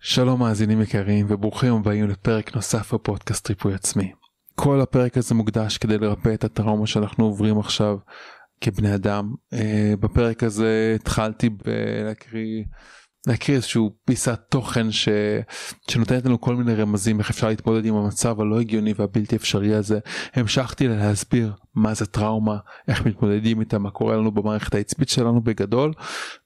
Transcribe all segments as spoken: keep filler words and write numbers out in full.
שלום מאזינים יקרים וברוכים הבאים לפרק נוסף בפודקאסט ריפוי עצמי. כל הפרק הזה מוקדש כדי לרפא את הטראומה שאנחנו עוברים עכשיו כבני אדם. בפרק הזה התחלתי בלהקריא להקריא איזשהו פיסת תוכן ש... שנותנת לנו כל מיני רמזים איך אפשר להתמודד עם המצב הלא הגיוני והבלתי אפשרי הזה. המשכתי להסביר מה זה טראומה, איך מתמודדים איתה, מה קורה לנו במערכת העצבית שלנו בגדול,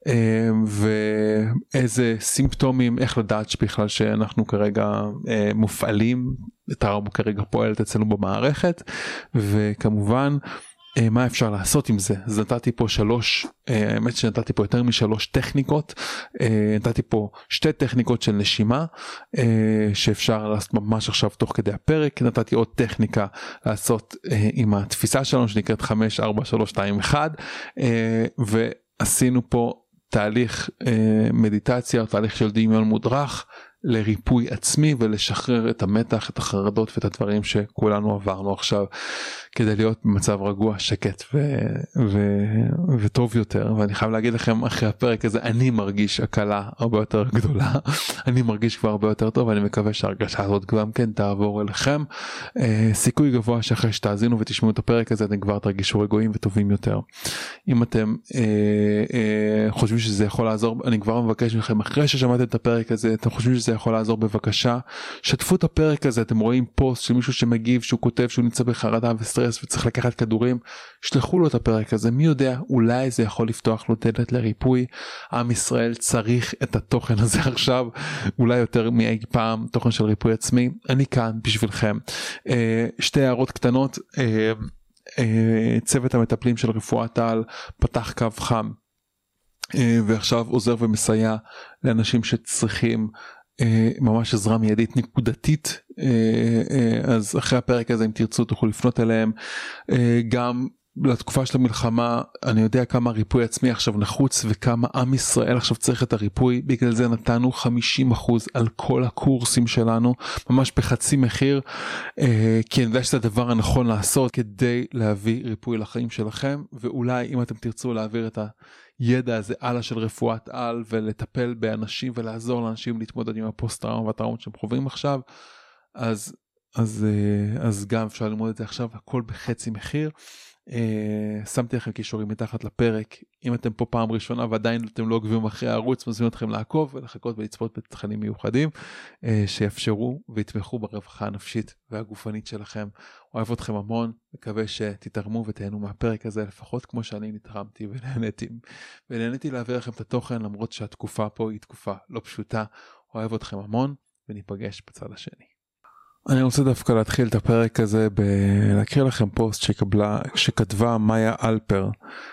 ואיזה סימפטומים, איך לדעת שבכלל שאנחנו כרגע מופעלים, טראומה כרגע פועלת אצלנו במערכת, וכמובן מה אפשר לעשות עם זה. אז נתתי פה שלוש, האמת שנתתי פה יותר משלוש טכניקות, נתתי פה שתי טכניקות של נשימה שאפשר לעשות ממש עכשיו תוך כדי הפרק. נתתי עוד טכניקה לעשות עם התפיסה שלנו שנקראת חמש ארבע שלוש שתיים אחת, ועשינו פה תהליך מדיטציה או תהליך של דמיון מודרך לריפוי עצמי ולשחרר את המתח, את החרדות ואת הדברים שכולנו עברנו עכשיו כדי להיות במצב רגוע, שקט ו- ו- וטוב יותר. ואני חייב להגיד לכם, אחרי הפרק הזה אני מרגיש הקלה הרבה יותר גדולה, אני מרגיש כבר הרבה יותר טוב, ואני מקווה שההרגשה הזאת גם כן תעבור אליכם. אה, סיכוי גבוה שאחרי שתאזינו ותשמעו את הפרק הזה אתם כבר תרגישו רגועים וטובים יותר. אם אתם אה, אה, חושבים שזה יכול לעזור, אני כבר מבקש מכם, אחרי ששמעתם את הפרק הזה אתם חושבים שזה יכול לעזור, בבקשה שתפו את הפרק הזה. אתם רואים פוסט של מישהו שמגיב שהוא כותב שהוא נמצא בחרדה וסטרס וצריך לקחת כדורים, שלחו לו את הפרק הזה, מי יודע, אולי זה יכול לפתוח לו דלת לריפוי. עם ישראל צריך את התוכן הזה עכשיו אולי יותר מאי פעם, תוכן של ריפוי עצמי. אני כאן בשבילכם. שתי הערות קטנות. צוות המטפלים של רפואת על פתח קו חם ועכשיו עוזר ומסייע לאנשים שצריכים ממש עזרה מיידית נקודתית. אז אחרי הפרק הזה אם תרצו תוכלו לפנות אליהם. גם לתקופה של המלחמה אני יודע כמה ריפוי עצמי עכשיו נחוץ וכמה עם ישראל עכשיו צריך את הריפוי, בגלל זה נתנו חמישים אחוז על כל הקורסים שלנו ממש בחצי מחיר, כי אני יודע שזה הדבר הנכון לעשות כדי להביא ריפוי לחיים שלכם. ואולי אם אתם תרצו להעביר את הידע הזה הלאה של רפואת על ולטפל באנשים ולעזור לאנשים להתמודד עם הפוסט טראומה והטראומות שהם חווים עכשיו, אז אז אז גם אפשר ללמוד את זה עכשיו, הכל בחצי מחיר. Uh, שמתי לכם קישורים מתחת לפרק. אם אתם פה פעם ראשונה ועדיין אתם לא עוקבים אחרי הערוץ, מזמין אתכם לעקוב ולחכות ולצפות בתכנים מיוחדים uh, שיאפשרו ויתמכו ברווחה הנפשית והגופנית שלכם. אוהב אתכם המון, מקווה שתתרמו ותהנו מהפרק הזה לפחות כמו שאני נתרמתי ונהניתי ונהניתי להעביר לכם את התוכן, למרות שהתקופה פה היא תקופה לא פשוטה. אוהב אתכם המון וניפגש בצד השני. אני רוצה דווקא להתחיל את הפרק הזה בלהקריא לכם פוסט שקבלה, שכתבה מאיה אלפר.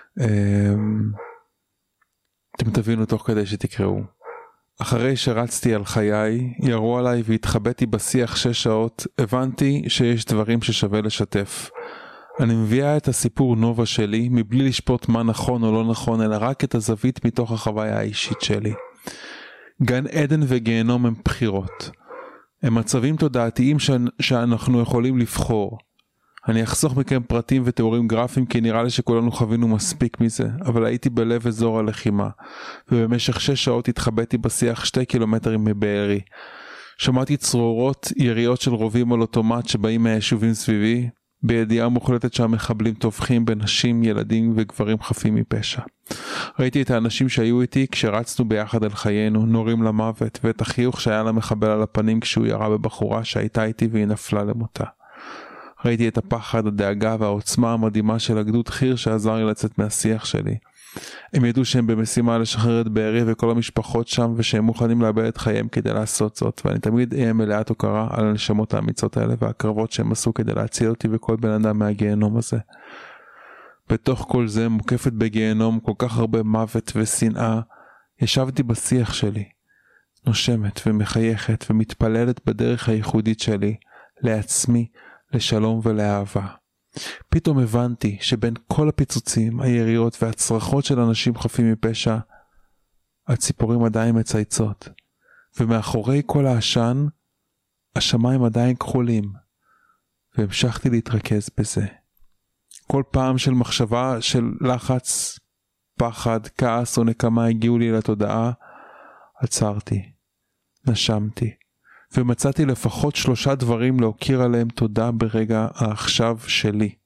אתם תבינו תוך כדי שתקראו. אחרי שרצתי על חיי, ירו עליי והתחבאתי בשיח שש שעות, הבנתי שיש דברים ששווה לשתף. אני מביאה את הסיפור נובה שלי מבלי לשפוט מה נכון או לא נכון, אלא רק את הזווית מתוך החוויה האישית שלי. גן עדן וגיהנום הם בחירות. הם מצבים תודעתיים שאנחנו יכולים לבחור. אני אחסוך מכם פרטים ותיאורים גרפיים כי נראה לי שכולנו חווינו מספיק מזה, אבל הייתי בלב אזור הלחימה, ובמשך שש שעות התחבאתי בשיח שתי קילומטרים מבארי. שמעתי צרורות יריות של רובים על אוטומט שבאים מהיישובים סביבי, בידיעה מוחלטת שהמחבלים טובחים בנשים, ילדים וגברים חפים מפשע. ראיתי את האנשים שהיו איתי כשרצנו ביחד על חיינו, נורים למוות, ואת החיוך שהיה למחבל על הפנים כשהוא ירה בבחורה שהייתה איתי והיא נפלה למותה. ראיתי את הפחד, הדאגה והעוצמה המדהימה של הגדוד חי"ר שעזר לי לצאת מהשיח שלי. הם ידעו שהם במשימה לשחרר את בארי וכל המשפחות שם, ושהם מוכנים לאבד את חייהם כדי לעשות זאת, ואני תמיד אהיה מלאת הוקרה על הנשמות האמיצות האלה והקרבות שהם עשו כדי להציל אותי וכל בן אדם מהגיהנום הזה. בתוך כל זה, מוקפת בגיהנום כל כך הרבה מוות ושנאה, ישבתי בשיח שלי, נושמת ומחייכת ומתפללת בדרך הייחודית שלי, לעצמי, לשלום ולאהבה. פתאום הבנתי שבין כל הפיצוצים, היריות והצרחות של אנשים חפים מפשע, הציפורים עדיין מצייצות, ומאחורי כל העשן, השמיים עדיין כחולים, והמשכתי להתרכז בזה. כל פעם של מחשבה של לחץ, פחד, כעס או נקמה הגיעו לי לתודעה, עצרתי, נשמתי, ומצאתי לפחות שלושה דברים להוקיר עליהם תודה ברגע העכשיו שלי.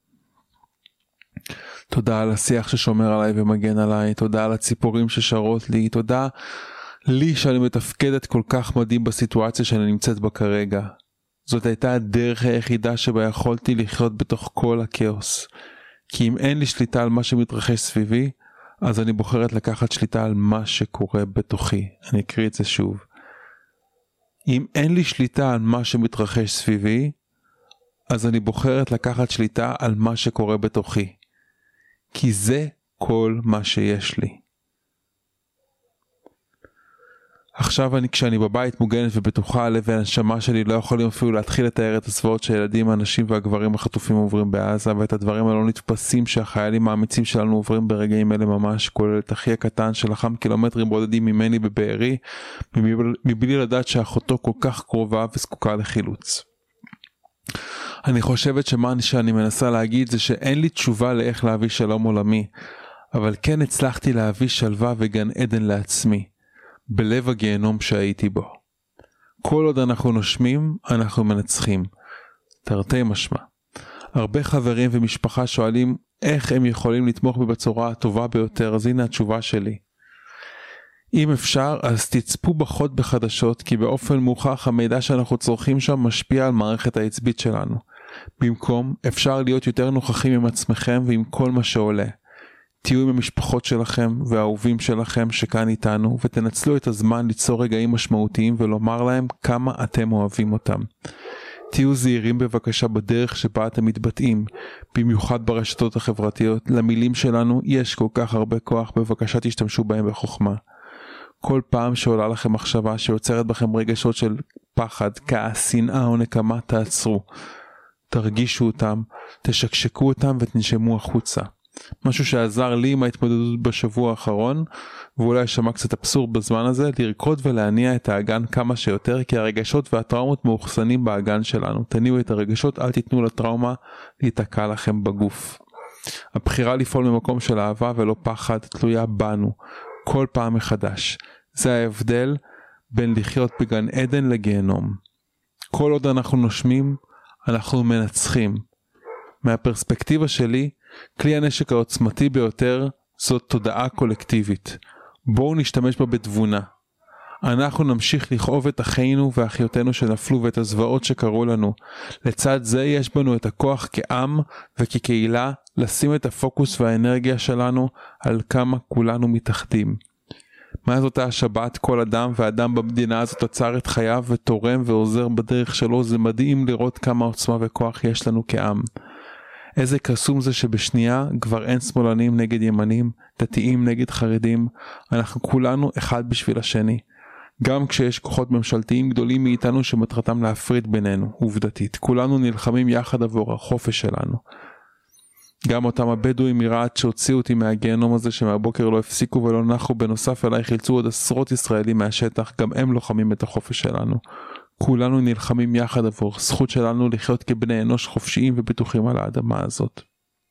תודה על השיח ששומר עליי ומגן עליי, תודה על הציפורים ששרות לי, תודה לי שאני מתפקדת כל כך מדהים בסיטואציה שאני נמצאת בה כרגע. זאת הייתה הדרך היחידה שבה יכולתי לחיות בתוך כל הכאוס. כי אם אין לי שליטה על מה שמתרחש סביבי, אז אני בוחרת לקחת שליטה על מה שקורה בתוכי. אני אקריא את זה שוב. אם אין לי שליטה על מה שמתרחש סביבי, אז אני בוחרת לקחת שליטה על מה שקורה בתוכי. כי זה כל מה שיש לי. עכשיו אני, כשאני בבית מוגנת ובטוחה, הלב והנשמה שלי לא יכולים אפילו להתחיל לתאר את הזוועות שהילדים, האנשים והגברים החטופים עוברים בעזה, ואת הדברים הלא נתפסים שהחיילים האמיצים שלנו עוברים ברגעים אלה ממש, כולל את אחי הקטן שלחם קילומטרים בודדים ממני בבארי, מבלי לדעת שאחותו כל כך קרובה וזקוקה לחילוץ. אני חושבת שמה שאני מנסה להגיד זה שאין לי תשובה לאיך להביא שלום עולמי, אבל כן הצלחתי להביא שלווה וגן עדן לעצמי. בלב הגיהנום שהייתי בו. כל עוד אנחנו נושמים, אנחנו מנצחים. תרתי משמע. הרבה חברים ומשפחה שואלים איך הם יכולים לתמוך בי בצורה הטובה ביותר, אז הנה התשובה שלי. אם אפשר, אז תצפו פחות בחדשות, כי באופן מוכח המידע שאנחנו צורכים שם משפיע על מערכת העצבית שלנו. במקום, אפשר להיות יותר נוכחים עם עצמכם ועם כל מה שעולה. תהיו עם המשפחות שלכם והאהובים שלכם שכאן איתנו, ותנצלו את הזמן ליצור רגעים משמעותיים ולומר להם כמה אתם אוהבים אותם. תהיו זהירים בבקשה בדרך שבה אתם מתבטאים, במיוחד ברשתות החברתיות. למילים שלנו יש כל כך הרבה כוח, בבקשה תשתמשו בהם בחוכמה. כל פעם שעולה לכם מחשבה שיוצרת בכם רגשות של פחד, כעס, שנאה או נקמה, תעצרו. תרגישו אותם, תשקשקו אותם ותנשמו החוצה. משהו שעזר לי עם ההתמודדות בשבוע האחרון, ואולי שמע קצת אבסורד בזמן הזה, לרקוד ולהניע את האגן כמה שיותר, כי הרגשות והטראומות מאוחסנים באגן שלנו. תניעו את הרגשות, אל תיתנו לטראומה להתקע לכם בגוף. הבחירה לפעול ממקום של אהבה ולא פחד תלויה בנו, כל פעם מחדש. זה ההבדל בין לחיות בגן עדן לגיהנום. כל עוד אנחנו נושמים, אנחנו מנצחים. מהפרספקטיבה שלי, כלי הנשק העוצמתי ביותר זאת תודעה קולקטיבית. בואו נשתמש בה בתבונה. אנחנו נמשיך לכאוב את אחינו ואחיותינו שנפלו ואת הזוועות שקרו לנו. לצד זה יש בנו את הכוח כעם וכקהילה לשים את הפוקוס והאנרגיה שלנו על כמה כולנו מתאחדים. מאז אותה השבת כל אדם ואדם במדינה הזאת עצר את חייו ותורם ועוזר בדרך שלו. זה מדהים לראות כמה עוצמה וכוח יש לנו כעם. איזה קסום זה שבשנייה כבר אין שמאלנים נגד ימנים, דתיים נגד חרדים, אנחנו כולנו אחד בשביל השני. גם כשיש כוחות ממשלתיים גדולים מאיתנו שמטרתם להפריד בינינו, עובדתית. כולנו נלחמים יחד עבור החופש שלנו. גם אותם הבדואים מרעת שהוציאו אותי מהגיהנום הזה שמהבוקר לא הפסיקו ולא נחו, בנוסף אליי חילצו עוד עשרות ישראלים מהשטח, גם הם לוחמים את החופש שלנו. כולנו נלחמים יחד עבור זכות שלנו לחיות כבני אנוש חופשיים ובטוחים על האדמה הזאת.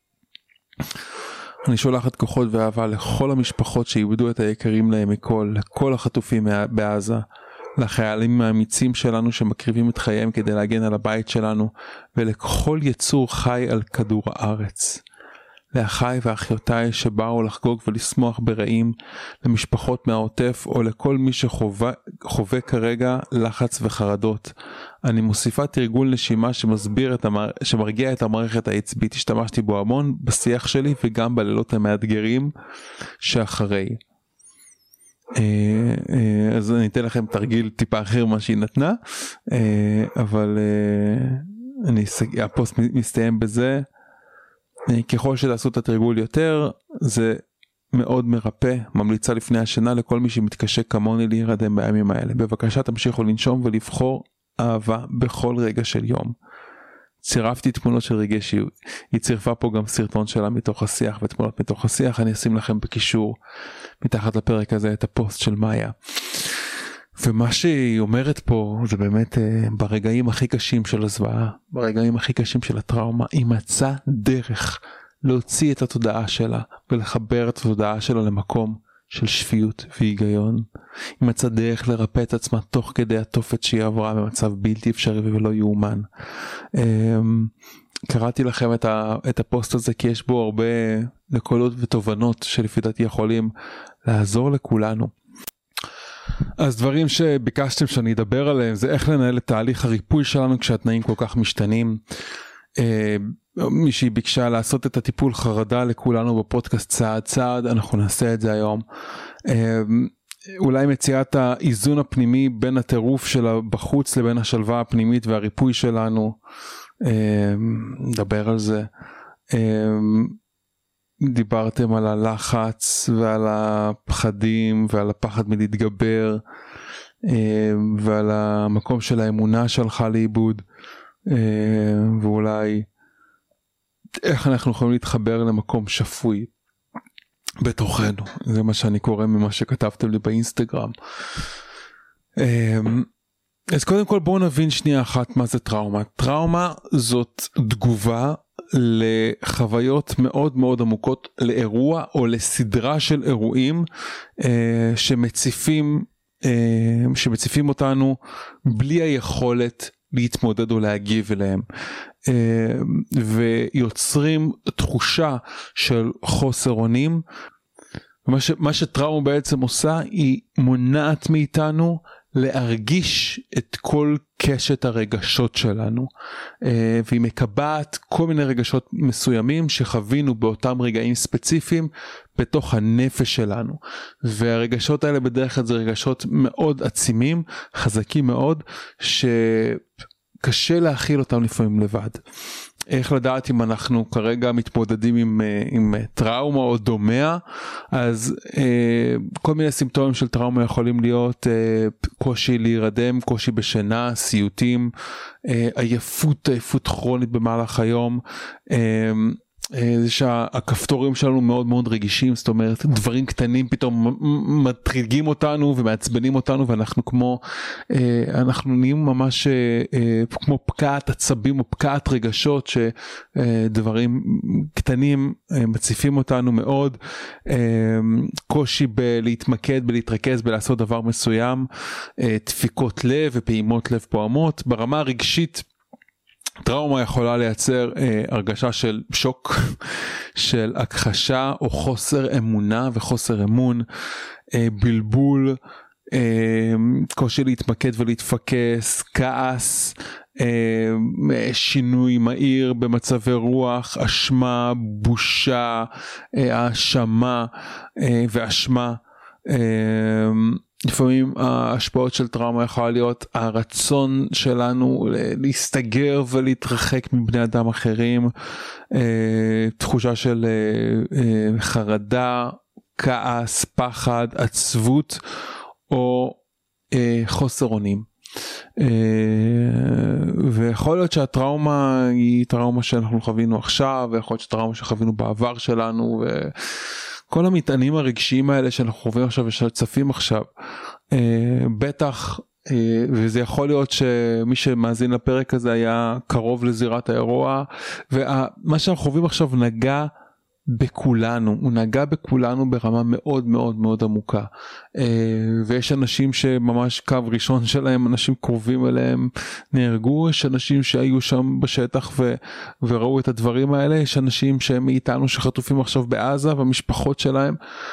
אני שולחת כוחות ואהבה לכל המשפחות שאיבדו את היקרים להם מכל, לכל החטופים בעזה, לחיילים האמיצים שלנו שמקריבים את חייהם כדי להגן על הבית שלנו, ולכל יצור חי על כדור הארץ. לאחיי ואחיותיי שבאו לחגוג ולשמוח ברעים, למשפחות מהעוטף או לכל מי שחווה חווה כרגע לחץ וחרדות. אני מוסיפה תרגול נשימה שמסביר את המר... שמרגיע את המערכת העצבית. השתמשתי בו המון בשיח שלי וגם בלילות המאתגרים שאחרי. אז אני אתן לכם תרגיל טיפה אחר מה שהיא נתנה, אבל אני הפוסט מסתיים בזה. ככל שתעשו את התרגול יותר, זה מאוד מרפא. ממליצה לפני השינה לכל מי שמתקשה כמוני להירדם בימים האלה. בבקשה תמשיכו לנשום ולבחור אהבה בכל רגע של יום. צירפתי תמונות של רגש, היא צירפה פה גם סרטון שלה מתוך השיח ותמונות מתוך השיח. אני אשים לכם בקישור מתחת לפרק הזה את הפוסט של מאיה. ומה שהיא אומרת פה זה באמת ברגעים הכי קשים של הזוועה, ברגעים הכי קשים של הטראומה, היא מצאה דרך להוציא את התודעה שלה ולחבר את התודעה שלה למקום של שפיות והיגיון. היא מצאה דרך לרפא את עצמה תוך כדי התופת שהיא עברה במצב בלתי אפשרי ולא יאומן. קראתי לכם את, ה, את הפוסט הזה כי יש בו הרבה נקודות ותובנות שלפי דעתי יכולים לעזור לכולנו. אז דברים שביקשתם שאני אדבר עליהם זה איך לנהל את תהליך הריפוי שלנו כשהתנאים כל כך משתנים. מישהי ביקשה לעשות את הטיפול חרדה לכולנו בפודקאסט צעד צעד, אנחנו נעשה את זה היום. אולי מציאת האיזון הפנימי בין הטירוף שלה בחוץ לבין השלווה הפנימית והריפוי שלנו, נדבר על זה. דיברתם על הלחץ ועל הפחדים ועל הפחד מלהתגבר ועל המקום של האמונה שהלכה לאיבוד, ואולי איך אנחנו יכולים להתחבר למקום שפוי בתוכנו. זה מה שאני קורא ממה שכתבתם לי באינסטגרם. אז קודם כל בואו נבין שנייה אחת מה זה טראומה. טראומה זאת תגובה לחוויות מאוד מאוד עמוקות, לאירוע או לסדרה של אירועים אה, שמציפים, אה, שמציפים אותנו בלי היכולת להתמודד או להגיב אליהם, אה, ויוצרים תחושה של חוסר אונים. מה, ש, מה שטראומה בעצם עושה, היא מונעת מאיתנו להרגיש את כל קשת הרגשות שלנו, והיא מקבעת כל מיני רגשות מסוימים שחווינו באותם רגעים ספציפיים בתוך הנפש שלנו, והרגשות האלה בדרך כלל זה רגשות מאוד עצימים, חזקים מאוד, שקשה להכיל אותם לפעמים לבד. איך לדעת אם אנחנו כרגע מתמודדים עם, עם טראומה או דומה? אז אה, כל מיני סימפטומים של טראומה יכולים להיות אה, קושי להירדם, קושי בשינה, סיוטים, אה, עייפות, עייפות כרונית במהלך היום, אה, זה שהכפתורים שלנו מאוד מאוד רגישים, זאת אומרת דברים קטנים פתאום מטריגים אותנו ומעצבנים אותנו, ואנחנו כמו אנחנו נהיים ממש כמו פקעת עצבים או פקעת רגשות, שדברים קטנים מציפים אותנו מאוד. קושי בלהתמקד, בלהתרכז, בלעשות דבר מסוים, דפיקות לב ופעימות לב פועמות. ברמה הרגשית טראומה יכולה לייצר אה, הרגשה של שוק, של הכחשה או חוסר אמונה וחוסר אמון, אה, בלבול, אה, קושי להתמקד ולהתפקס, כעס, אה, שינוי מהיר במצבי רוח, אשמה, בושה, אה, האשמה אה, ואשמה. אה, לפעמים ההשפעות של טראומה יכולה להיות הרצון שלנו להסתגר ולהתרחק מבני אדם אחרים, תחושה של חרדה, כעס, פחד, עצבות או חוסר אונים. ויכול להיות שהטראומה היא טראומה שאנחנו חווינו עכשיו, ויכול להיות שטראומה שחווינו בעבר שלנו, ו... כל המטענים הרגשיים האלה שאנחנו חווים עכשיו ושצפים עכשיו, אה, בטח, אה, וזה יכול להיות שמי שמאזין לפרק הזה היה קרוב לזירת האירוע, ומה שאנחנו חווים עכשיו נגע בכולנו, הוא נגע בכולנו ברמה מאוד מאוד מאוד עמוקה, ויש אנשים שממש קו ראשון שלהם, אנשים קרובים אליהם נהרגו, יש אנשים שהיו שם בשטח ו- וראו את הדברים האלה, יש אנשים שהם מאיתנו שחטופים עכשיו בעזה והמשפחות שלהם,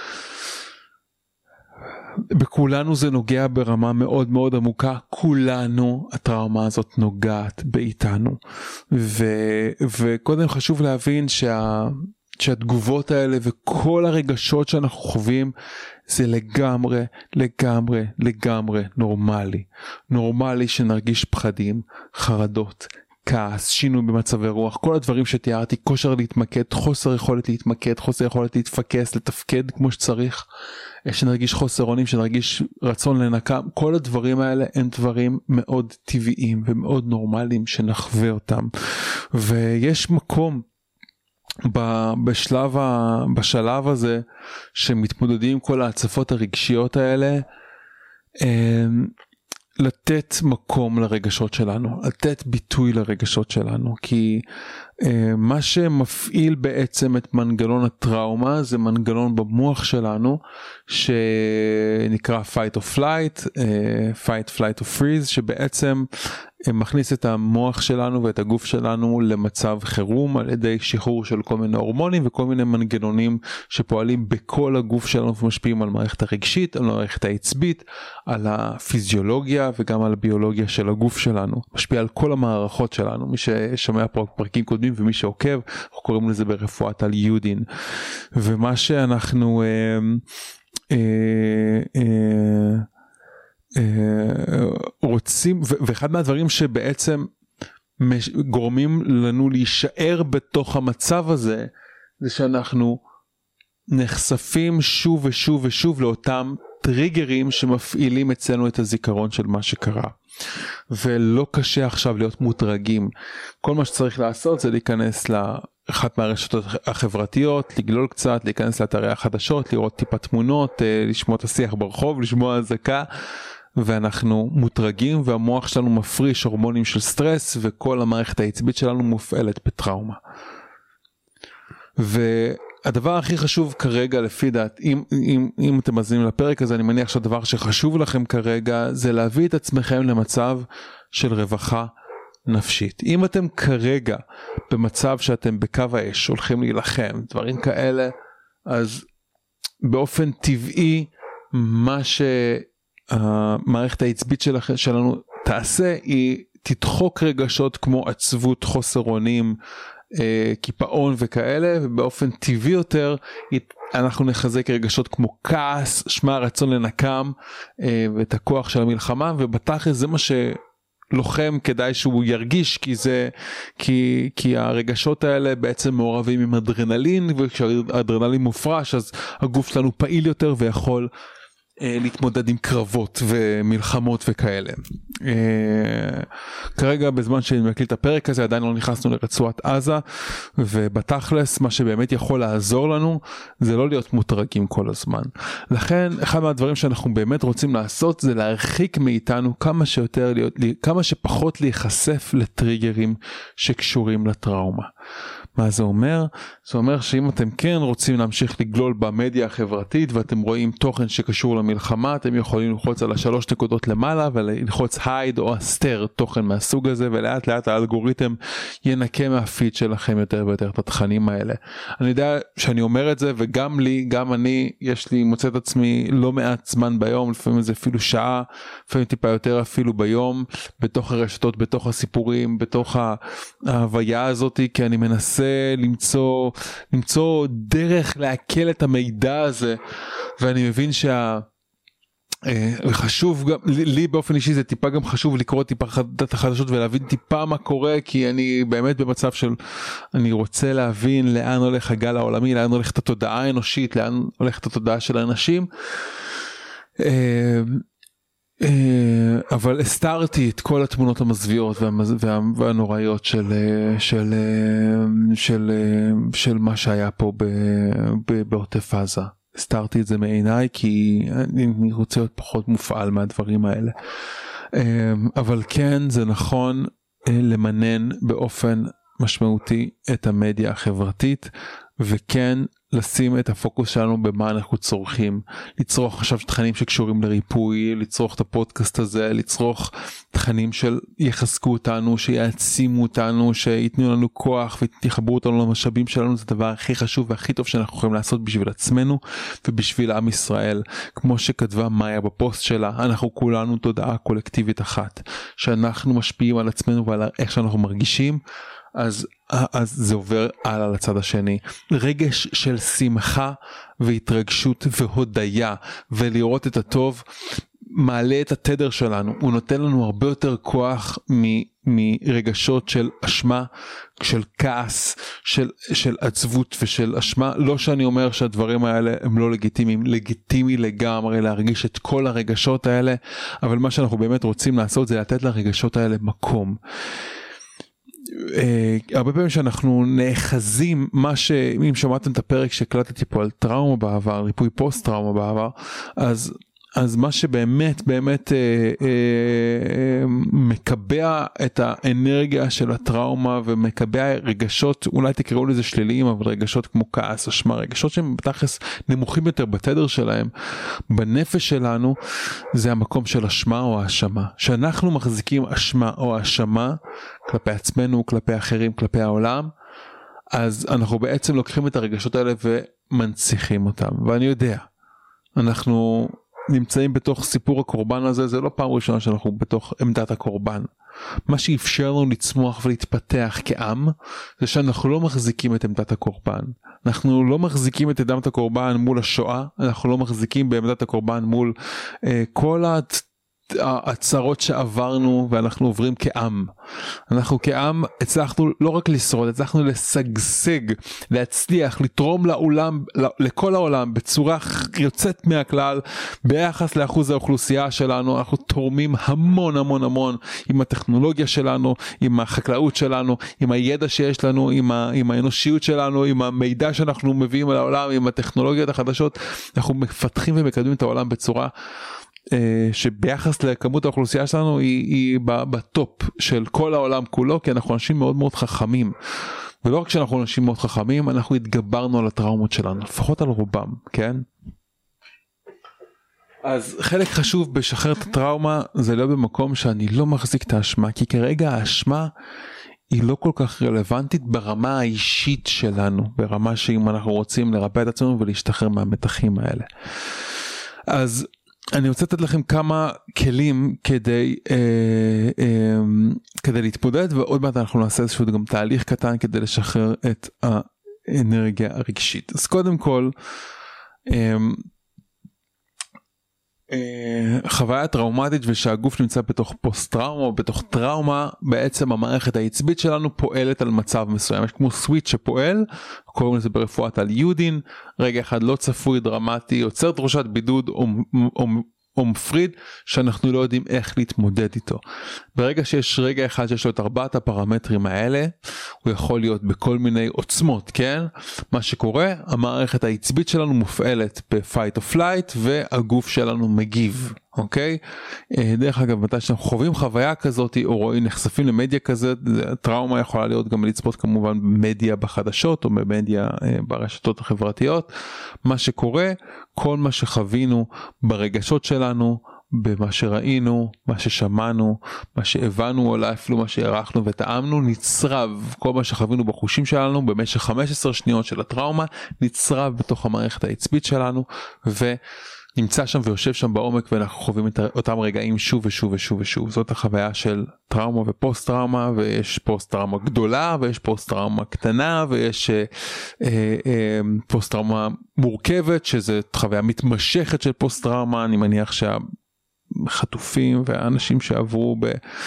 בכולנו זה נוגע ברמה מאוד מאוד עמוקה, כולנו הטראומה הזאת נוגעת באיתנו, ו- וקודם חשוב להבין שה... שהתגובות האלה וכל הרגשות שאנחנו חווים זה לגמרי, לגמרי, לגמרי נורמלי. נורמלי שנרגיש פחדים, חרדות, כעס, שינוי במצבי רוח, כל הדברים שתיארתי, כושר להתמקד, חוסר יכולת להתמקד, חוסר יכולת להתפקס, לתפקד כמו שצריך, שנרגיש חוסר אונים, שנרגיש רצון לנקם, כל הדברים האלה הם דברים מאוד טבעיים ומאוד נורמליים שנחווה אותם. ויש מקום בשלב ה... בשלב הזה שמתמודדים עם כל ההצפות הרגשיות האלה, לתת מקום לרגשות שלנו, לתת ביטוי לרגשות שלנו, כי אה, מה שמפעיל בעצם את מנגנון הטראומה זה מנגנון במוח שלנו שנקרא fight or flight, אה, fight, flight or freeze, שבעצם מכניס את המוח שלנו ואת הגוף שלנו למצב חירום על ידי שחרור של כל מיני הורמונים וכל מיני מנגנונים שפועלים בכל הגוף שלנו ומשפיעים על מערכת הרגשית, על מערכת העצבית, על הפיזיולוגיה וגם על הביולוגיה של הגוף שלנו, משפיע על כל המערכות שלנו. מי ששומע פה פרקים קודמים ומי שעוקב, אנחנו קוראים לזה ברפואת על יודין. ומה שאנחנו אה, אה, אה, רוצים, ואחד מהדברים שבעצם גורמים לנו להישאר בתוך המצב הזה, זה שאנחנו נחשפים שוב ושוב ושוב לאותם טריגרים שמפעילים אצלנו את הזיכרון של מה שקרה. ולא קשה עכשיו להיות מוטרגים. כל מה שצריך לעשות זה להיכנס לאחת מהרשתות החברתיות, לגלול קצת, להיכנס לאתרי החדשות, לראות טיפה תמונות, לשמוע את השיח ברחוב, לשמוע אזעקה, ואנחנו מוטרגים והמוח שלנו מפריש הורמונים של סטרס, וכל המערכת העצבית שלנו מופעלת בטראומה. והדבר הכי חשוב כרגע לפי דעת, אם, אם, אם אתם מזינים לפרק הזה, אני מניח שהדבר שחשוב לכם כרגע זה להביא את עצמכם למצב של רווחה נפשית. אם אתם כרגע במצב שאתם בקו האש, הולכים להילחם, דברים כאלה, אז באופן טבעי מה ש... המערכת העצבית שלנו תעשה היא תדחוק רגשות כמו עצבות, חוסר אונים, קיפאון וכאלה, ובאופן טבעי יותר אנחנו נחזק רגשות כמו כעס, שמה רצון לנקם ואת הכוח של המלחמה, ובתכל'ס זה מה שלוחם כדאי שהוא ירגיש, כי זה כי כי הרגשות האלה בעצם מעורבים עם אדרנלין, וכשהאדרנלין מופרש אז הגוף שלנו פעיל יותר ויכול להתמודד עם קרבות ומלחמות וכאלה. כרגע בזמן שאני מקליט את הפרק הזה עדיין לא נכנסנו לרצועת עזה, ובתכלס מה שבאמת יכול לעזור לנו זה לא להיות מוטרגים כל הזמן. לכן אחד מהדברים שאנחנו באמת רוצים לעשות זה להרחיק מאיתנו כמה שיותר להיות, כמה שפחות להיחשף לטריגרים שקשורים לטראומה. מה זה אומר? זה אומר שאם אתם כן רוצים להמשיך לגלול במדיה החברתית ואתם רואים תוכן שקשור למלחמה, אתם יכולים ללחוץ על השלוש נקודות למעלה וללחוץ hide או הסתר תוכן מהסוג הזה, ולאט לאט האלגוריתם ינקה מהפיד שלכם יותר ויותר את התכנים האלה. אני יודע שאני אומר את זה, וגם לי, גם אני, יש לי, מוצא את עצמי לא מעט זמן ביום, לפעמים זה אפילו שעה, לפעמים טיפה יותר אפילו ביום, בתוך הרשתות, בתוך הסיפורים, בתוך ההוויה הזאת, כי אני מנסה למצוא, למצוא דרך להקל את המידע הזה, ואני מבין שה... חשוב גם, לי באופן אישי זה טיפה גם חשוב לקרוא טיפה את החדשות ולהבין טיפה מה קורה, כי אני באמת במצב של, אני רוצה להבין לאן הולך הגל העולמי, לאן הולכת התודעה האנושית, לאן הולכת התודעה של האנשים. אבל הסתרתי את כל התמונות המזוויעות והנוראיות של של של של מה שהיה פה בעוטף עזה. הסתרתי את זה מעיניי כי אני רוצה להיות פחות מופעל מהדברים האלה. אבל כן, זה נכון למנן באופן משמעותי את המדיה החברתית, וכן לשים את הפוקוס שלנו במה אנחנו צורכים, לצרוך עכשיו תכנים שקשורים לריפוי, לצרוך את הפודקאסט הזה, לצרוך תכנים של יחזקו אותנו, שיעצימו אותנו, שיתנו לנו כוח ויחברו אותנו למשאבים שלנו. זה הדבר הכי חשוב והכי טוב שאנחנו יכולים לעשות בשביל עצמנו ובשביל עם ישראל. כמו שכתבה מאיה בפוסט שלה, אנחנו כולנו תודעה קולקטיבית אחת, שאנחנו משפיעים על עצמנו ועל איך שאנחנו מרגישים, אז, אז זה עובר הלאה לצד השני. רגש של שמחה והתרגשות והודיה ולראות את הטוב מעלה את התדר שלנו, הוא נותן לנו הרבה יותר כוח מ- מרגשות של אשמה, של כעס, של, של עצבות ושל אשמה. לא שאני אומר שהדברים האלה הם לא לגיטימיים, לגיטימי לגמרי להרגיש את כל הרגשות האלה, אבל מה שאנחנו באמת רוצים לעשות זה לתת לרגשות האלה מקום. Uh, הרבה פעמים שאנחנו נאחזים, מה שאם שמעתם את הפרק שהקלטתי פה על טראומה בעבר, ריפוי פוסט טראומה בעבר, אז אז מה שבאמת באמת אה, אה, מקבע את האנרגיה של הטראומה ומקבע רגשות, אולי תקראו לזה שליליים, אבל רגשות כמו כעס, אשמה, רגשות שהם בתכלס נמוכים יותר בתדר שלהם, בנפש שלנו, זה המקום של אשמה או האשמה. שאנחנו מחזיקים אשמה או האשמה כלפי עצמנו, כלפי אחרים, כלפי העולם, אז אנחנו בעצם לוקחים את הרגשות האלה ומנציחים אותם. ואני יודע, אנחנו נמצאים בתוך סיפור הקורבן הזה, זה לא פעם ראשונה שאנחנו בתוך עמדת הקורבן. מה שאפשר לנו לצמוח ולהתפתח כעם, זה שאנחנו לא מחזיקים את עמדת הקורבן. אנחנו לא מחזיקים את עמדת הקורבן מול השואה, אנחנו לא מחזיקים בעמדת הקורבן מול אה, כל הת... הצרות שעברנו ואנחנו עוברים כעם. אנחנו כעם הצלחנו לא רק לשרוד, הצלחנו לשגשג, להצליח, לתרום לעולם, לכל העולם בצורה יוצאת מהכלל ביחס לאחוז האוכלוסייה שלנו. אנחנו תורמים המון המון המון עם הטכנולוגיה שלנו, עם החקלאות שלנו, עם הידע שיש לנו, עם, ה, עם האנושיות שלנו, עם המידע שאנחנו מביאים על העולם, עם הטכנולוגיות החדשות. אנחנו מפתחים ומקדמים את העולם בצורה שביחס לכמות האוכלוסייה שלנו היא, היא בטופ של כל העולם כולו, כי אנחנו אנשים מאוד מאוד חכמים, ולא רק שאנחנו אנשים מאוד חכמים, אנחנו התגברנו על הטראומות שלנו, לפחות על רובם, כן? אז חלק חשוב בשחרר את הטראומה זה לא במקום שאני לא מחזיק את האשמה, כי כרגע האשמה היא לא כל כך רלוונטית ברמה האישית שלנו, ברמה שאם אנחנו רוצים לרפא את עצמנו ולהשתחרר מהמתחים האלה. אז אני רוצה לתת לכם כמה כלים כדי, אה, אה, כדי להתמודד, ועוד מעט אנחנו נעשה איזשהו גם תהליך קטן כדי לשחרר את האנרגיה הרגשית. אז קודם כל, אה, אה, חוויה טראומטית ושהגוף נמצא בתוך פוסט טראומה או בתוך טראומה, בעצם המערכת העצבית שלנו פועלת על מצב מסוים. יש כמו סוויץ' שפועל, קוראים לזה ברפואת על יודין, רגע אחד לא צפוי דרמטי, יוצר תחושת בידוד או, או, או מפריד שאנחנו לא יודעים איך להתמודד איתו. ברגע שיש רגע אחד שיש לו את ארבעת הפרמטרים האלה, הוא יכול להיות בכל מיני עוצמות, כן? מה שקורה, המערכת העצבית שלנו מופעלת ב-fight or flight והגוף שלנו מגיב. אוקיי? דרך אגב, מתי שאנחנו חווים חוויה כזאת או רואים נחשפים למדיה כזאת, טראומה יכולה להיות גם לצפות כמובן במדיה בחדשות או במדיה ברשתות החברתיות. מה שקורה, כל מה שחווינו ברגשות שלנו, במה שראינו, מה ששמענו, מה שהבנו, או אפילו מה שהערכנו וטעמנו, נצרב. כל מה שחווינו בחושים שלנו במשך חמש עשרה שניות של הטראומה, נצרב בתוך המערכת העצבית שלנו, ו... נמצא שם ויושב שם בעומק, ואנחנו חווים את אותם רגעים שוב ושוב ושוב ושוב. זאת החוויה של טראומה ופוסט טראומה, ויש פוסט טראומה גדולה, ויש פוסט טראומה קטנה, ויש אה, אה, פוסט טראומה מורכבת, שזה חוויה מתמשכת של פוסט טראומה. אני מניח שהחטופים והאנשים שעברו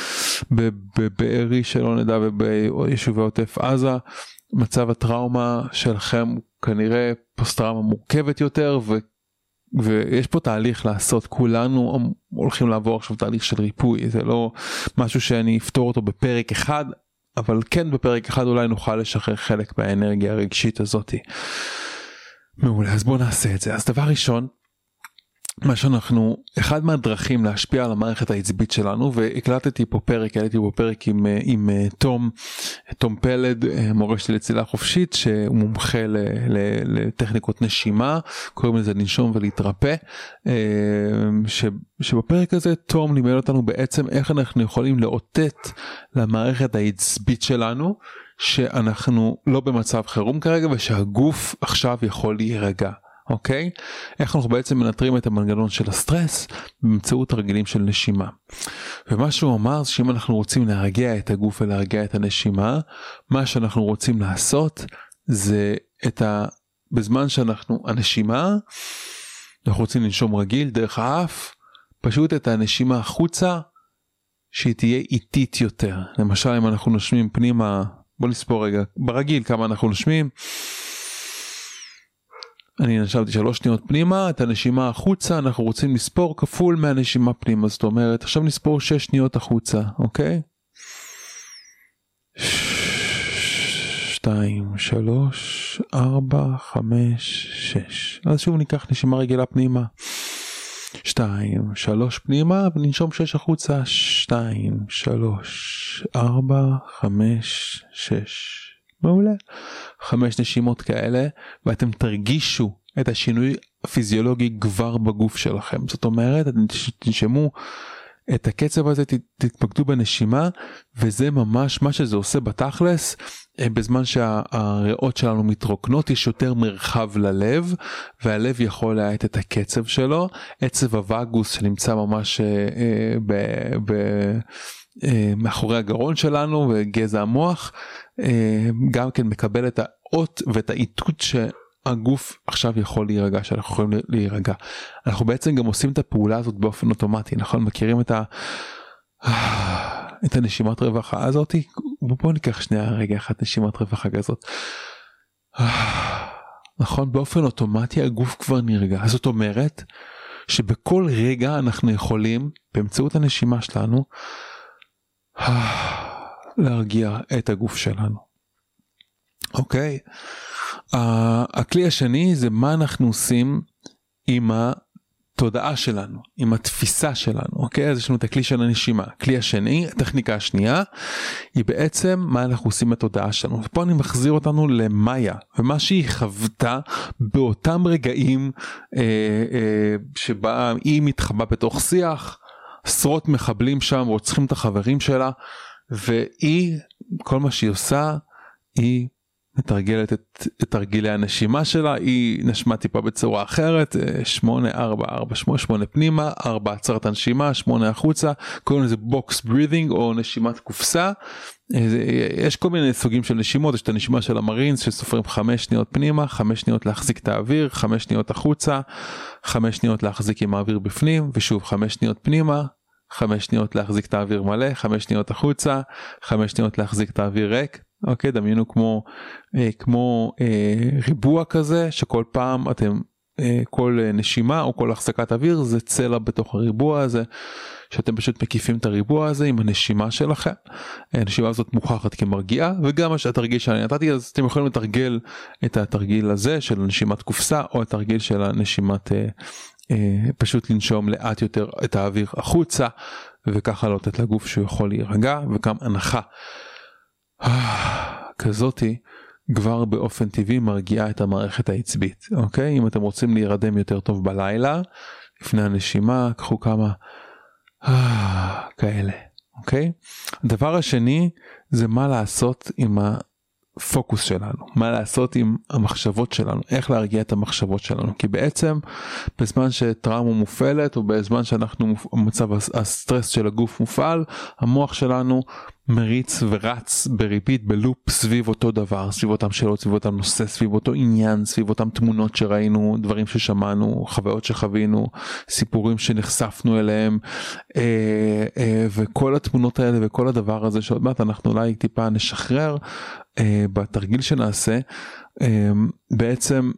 בבארי שלא נדע וביישובי עוטף עזה, מצב הטראומה שלכם כנראה פוסט טראומה מורכבת יותר, ו ויש פה תהליך לעשות. כולנו הולכים לעבור עכשיו תהליך של ריפוי, זה לא משהו שאני אפתור אותו בפרק אחד, אבל כן בפרק אחד אולי נוכל לשחרר חלק מהאנרגיה הרגשית הזאת. מעולה, אז בואו נעשה את זה. אז דבר ראשון, מה שאנחנו, אחד מהדרכים להשפיע על המערכת העצבית שלנו, והקלטתי פה פרק, העליתי פה פרק עם, עם תום, תום פלד, מורה שלי לצלילה חופשית, שהוא מומחה ל, ל, לטכניקות נשימה, קוראים לזה לנשום ולהתרפא, ש, שבפרק הזה תום לימד אותנו בעצם איך אנחנו יכולים לאותת למערכת העצבית שלנו, שאנחנו לא במצב חירום כרגע, ושהגוף עכשיו יכול להירגע. אוקיי? איך אנחנו בעצם מנטרים את המנגנון של הסטרס באמצעות הרגילים של נשימה. ומה שהוא אמר זה שאם אנחנו רוצים להרגיע את הגוף ולהרגיע את הנשימה, מה שאנחנו רוצים לעשות זה את ה... בזמן שאנחנו, הנשימה, אנחנו רוצים לנשום רגיל דרך האף, פשוט את הנשימה החוצה שהיא תהיה איטית יותר. למשל אם אנחנו נושמים פנימה, בוא נספור רגע, ברגיל כמה אנחנו נושמים, אני נשמתי שלוש שניות פנימה, את הנשימה החוצה אנחנו רוצים לספור כפול מהנשימה פנימה, זאת אומרת עכשיו נספור שש שניות החוצה, אוקיי? שתיים, שלוש, ארבע, חמש, שש. אז שוב ניקח נשימה רגילה פנימה. שתיים, שלוש פנימה, וננשום שש החוצה, שתיים, שלוש, ארבע, חמש, שש. מעולה. חמש נשימות כאלה, ואתם תרגישו את השינוי הפיזיולוגי כבר בגוף שלכם. זאת אומרת, אתם תנשמו את הקצב הזה, תתמקדו בנשימה, וזה ממש מה שזה עושה בתכלס. בזמן שהריאות שלנו מתרוקנות, יש יותר מרחב ללב, והלב יכול להאט את הקצב שלו. עצב הווגוס שנמצא ממש ב, ב, מאחורי הגרון שלנו, וגזע המוח, גם כן מקבל את האות ואת האיתות שהגוף עכשיו יכול להירגע, שאנחנו יכולים להירגע. אנחנו בעצם גם עושים את הפעולה הזאת באופן אוטומטי, נכון? מכירים את ה... את הנשימת רווחה הזאת? בואו ניקח שנייה רגע אחת נשימת רווחה כזאת. נכון? באופן אוטומטי הגוף כבר נרגע. זאת אומרת שבכל רגע אנחנו יכולים באמצעות הנשימה שלנו להרגיע את הגוף שלנו. אוקיי? הכלי השני זה מה אנחנו עושים עם התודעה שלנו, עם התפיסה שלנו. אוקיי? אז יש לנו את הכלי של הנשימה. הכלי השני, הטכניקה השנייה, היא בעצם מה אנחנו עושים בתודעה שלנו. ופה אני מחזיר אותנו למאיה, ומה שהיא חוותה באותם רגעים אה, אה, שבה היא מתחבא בתוך שיח, עשרות מחבלים שם רוצחים את החברים שלה, והיא, כל מה שהיא עושה, היא מתרגלת את, את תרגילי הנשימה שלה. היא נשמה טיפה בצורה אחרת, שמונה, ארבע, ארבע, שמונה, שמונה פנימה, ארבע עצרת הנשימה, שמונה החוצה, קוראים לזה בוקס ברידינג או נשימת קופסה. יש כל מיני סוגים של נשימות, יש את הנשימה של המרינס שסופרים חמש שניות פנימה, חמש שניות להחזיק את האוויר, חמש שניות החוצה, חמש שניות להחזיק עם האוויר בפנים, ושוב חמש שניות פנימה, חמש שניות להחזיק את האוויר מלא, חמש שניות החוצה, חמש שניות להחזיק את האוויר ריק. אוקיי, דמיינו כמו, אה, כמו אה, ריבוע כזה, שכל פעם אתם, אה, כל נשימה או כל החזקת אוויר זה צלע בתוך הריבוע הזה, שאתם פשוט מקיפים את הריבוע הזה עם הנשימה שלכם. הנשימה הזאת מוכחת כמרגיעה, וגם התרגיל שאני נתתי, אז אתם יכולים לתרגל את התרגיל הזה של נשימת קופסה, או התרגיל של הנשימת, אה, אה, פשוט לנשום לאט יותר את האוויר החוצה, וככה לא לתת לגוף שהוא יכול להירגע, וגם הנחה. כזאתי כבר באופן טבעי מרגיעה את המערכת העצבית. אוקיי? אם אתם רוצים להירדם יותר טוב בלילה, לפני הנשימה, קחו כמה כאלה. אוקיי? הדבר השני זה מה לעשות עם הפוקוס שלנו, מה לעשות עם המחשבות שלנו, איך להרגיע את המחשבות שלנו, כי בעצם בזמן שטראומה מופעלת, או בזמן שאנחנו במצב הסטרס של הגוף מופעל, המוח שלנו מריץ ורץ בריפיט, בלופ, סביב אותו דבר, סביב אותם שאלות, סביב אותם נושא, סביב אותו עניין, סביב אותם תמונות שראינו, דברים ששמענו, חוויות שחווינו, סיפורים שנחשפנו אליהם, אה, אה, וכל התמונות האלה וכל הדבר הזה שעוד מעט אנחנו אולי טיפה נשחרר אה, בתרגיל שנעשה, אה, בעצם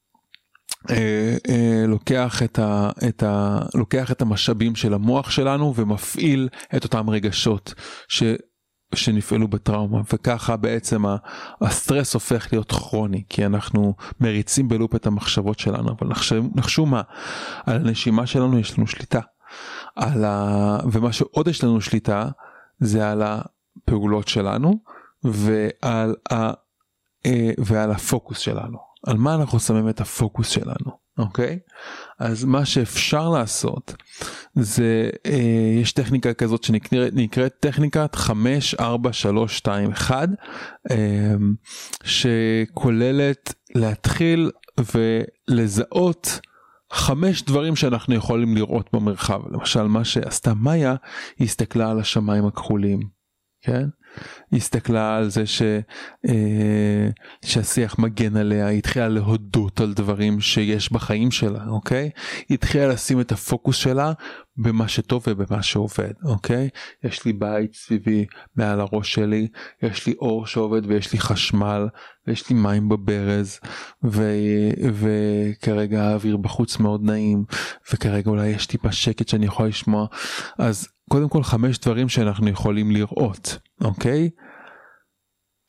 אה, אה, לוקח את ה, את ה, לוקח את המשאבים של המוח שלנו ומפעיל את אותם רגשות ש שנפעלו בטראומה, וככה בעצם הסטרס הופך להיות כרוני, כי אנחנו מריצים בלופ את המחשבות שלנו. אבל נחשו, נחשו מה, על הנשימה שלנו יש לנו שליטה, על ה... ומה שעוד יש לנו שליטה זה על הפעולות שלנו ועל, ה... ועל הפוקוס שלנו, על מה אנחנו שמים את הפוקוס שלנו. אוקיי? אז מה שאפשר לעשות זה, אה, יש טכניקה כזאת שנקראת טכניקת חמש, ארבע, שלוש, שתיים, אחת, אה, שכוללת להתחיל ולזהות חמש דברים שאנחנו יכולים לראות במרחב. למשל, מה שעשתה מאיה, היא הסתכלה על השמיים הכחולים, כן? היא הסתכלה על זה ש, אה, שהשיח מגן עליה, היא התחילה להודות על דברים שיש בחיים שלה, אוקיי? היא התחילה לשים את הפוקוס שלה במה שטוב ובמה שעובד, אוקיי? יש לי בית סביבי מעל הראש שלי, יש לי אור שעובד ויש לי חשמל, ויש לי מים בברז, ו, וכרגע האוויר בחוץ מאוד נעים, וכרגע אולי יש טיפה שקט שאני יכול לשמוע. אז קודם כל חמש דברים שאנחנו יכולים לראות, אוקיי?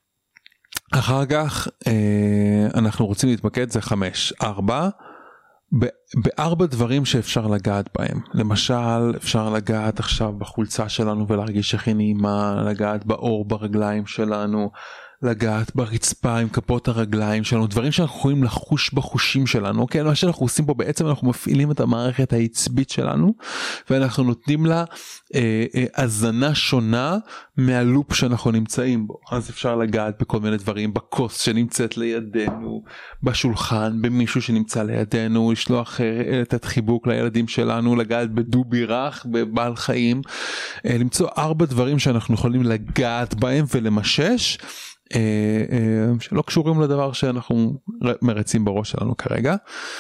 אחר כך אה, אנחנו רוצים להתמקד, זה חמש. ארבע, בארבע דברים שאפשר לגעת בהם. למשל, אפשר לגעת עכשיו בחולצה שלנו ולהרגיש איך היא נעימה, לגעת באור ברגליים שלנו, לגעת ברצפה עם כפות הרגליים שלנו, דברים שאנחנו יכולים לחוש בחושים שלנו. אוקיי, מה שאנחנו עושים פה בעצם אנחנו מפעילים את המערכת העצבית שלנו, ואנחנו נותנים לה אה, אה, הזנה שונה מהלופ שאנחנו נמצאים בו. אז אפשר לגעת בכל מיני דברים, בכוס שנמצאת לידינו, בשולחן, במישהו שנמצא לידינו, לשלוח, אה, לתת חיבוק לילדים שלנו, לגעת בדובי רך, בבעל חיים, אה, למצוא ארבע דברים שאנחנו יכולים לגעת בהם ולמשש, שלא קשורים לדבר שאנחנו מרצים בראש שלנו כרגע.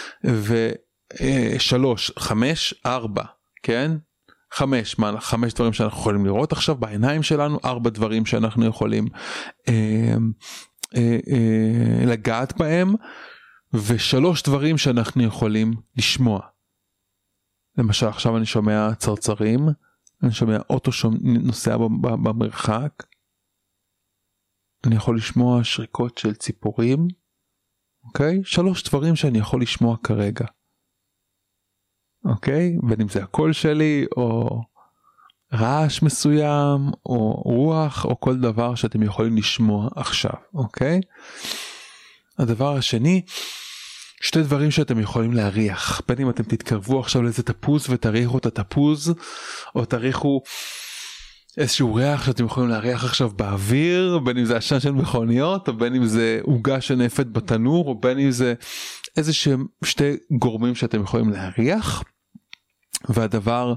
ושלוש, חמש, ארבע, כן? חמש, מה, חמש דברים שאנחנו יכולים לראות עכשיו בעיניים שלנו, ארבע דברים שאנחנו יכולים אה, אה, אה, לגעת בהם, ושלוש דברים שאנחנו יכולים לשמוע. למשל, עכשיו אני שומע צרצרים, אני שומע אוטו נוסע במרחק, אני יכול לשמוע שריקות של ציפורים, אוקיי? שלוש דברים שאני יכול לשמוע כרגע. אוקיי? בין אם זה הקול שלי, או רעש מסוים, או רוח, או כל דבר שאתם יכולים לשמוע עכשיו, אוקיי? הדבר השני, שתי דברים שאתם יכולים להריח. בין אם אתם תתקרבו עכשיו לאיזה תפוז ותריחו את התפוז, או תריחו איזשהו ריח שאתם יכולים להריח עכשיו באוויר, בין אם זה עשן של מכוניות, או בין אם זה עוגה שנפת בתנור, או בין אם זה איזה שהם שתי גורמים שאתם יכולים להריח. והדבר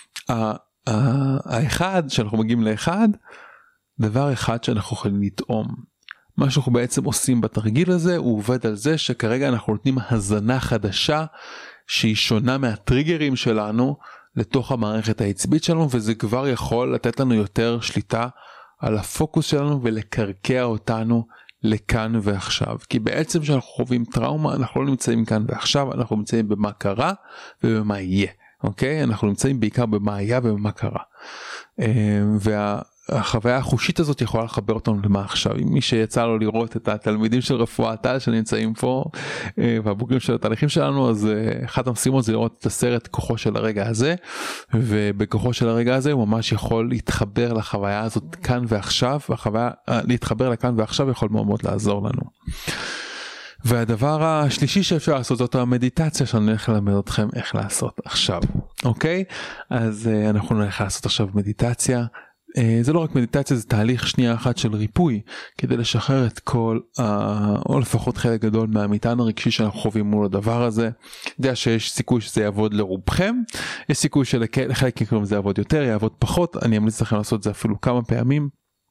האחד, שאנחנו מגיעים לאחד, דבר אחד שאנחנו יכולים לטעום. מה שאנחנו בעצם עושים בתרגיל הזה, הוא עובד על זה שכרגע אנחנו נותנים הזנה חדשה, שהיא שונה מהטריגרים שלנו, לתוך המערכת העצבית שלנו, וזה כבר יכול לתת לנו יותר שליטה על הפוקוס שלנו ולקרקע אותנו לכאן ועכשיו. כי בעצם כשאנחנו חווים טראומה, אנחנו לא נמצאים כאן ועכשיו, אנחנו נמצאים במה קרה ובמה יהיה. אוקיי? אנחנו נמצאים בעיקר במה היה ובמה קרה. וה... החוויה החושית הזאת יכולה לחבר אותנו למה עכשיו. מי שיצא לו לראות את התלמידים של רפואה טל שנמצאים פה והבוגרים של התהליכים שלנו, אז אחת המשימות זה לראות את הסרט כוחו של הרגע הזה, ובכוחו של הרגע הזה הוא ממש יכול להתחבר לחוויה הזאת כאן ועכשיו, והחוויה להתחבר לכאן ועכשיו יכול מאוד מאוד לעזור לנו. והדבר השלישי שאפשר לעשות זאת המדיטציה שאני הולך ללמד אתכם איך לעשות עכשיו. אוקיי? אז אנחנו נלך לעשות עכשיו מדיטציה. זה לא רק מדיטציה, זה תהליך שנייה אחת של ריפוי, כדי לשחרר את כל, או לפחות חלק גדול מהמטען הרגשי שאנחנו חווים מול הדבר הזה. יודע שיש סיכוי שזה יעבוד לרובכם, יש סיכוי שלחלק מכם זה יעבוד יותר, יעבוד פחות, אני אמליץ לכם לעשות את זה אפילו כמה פעמים.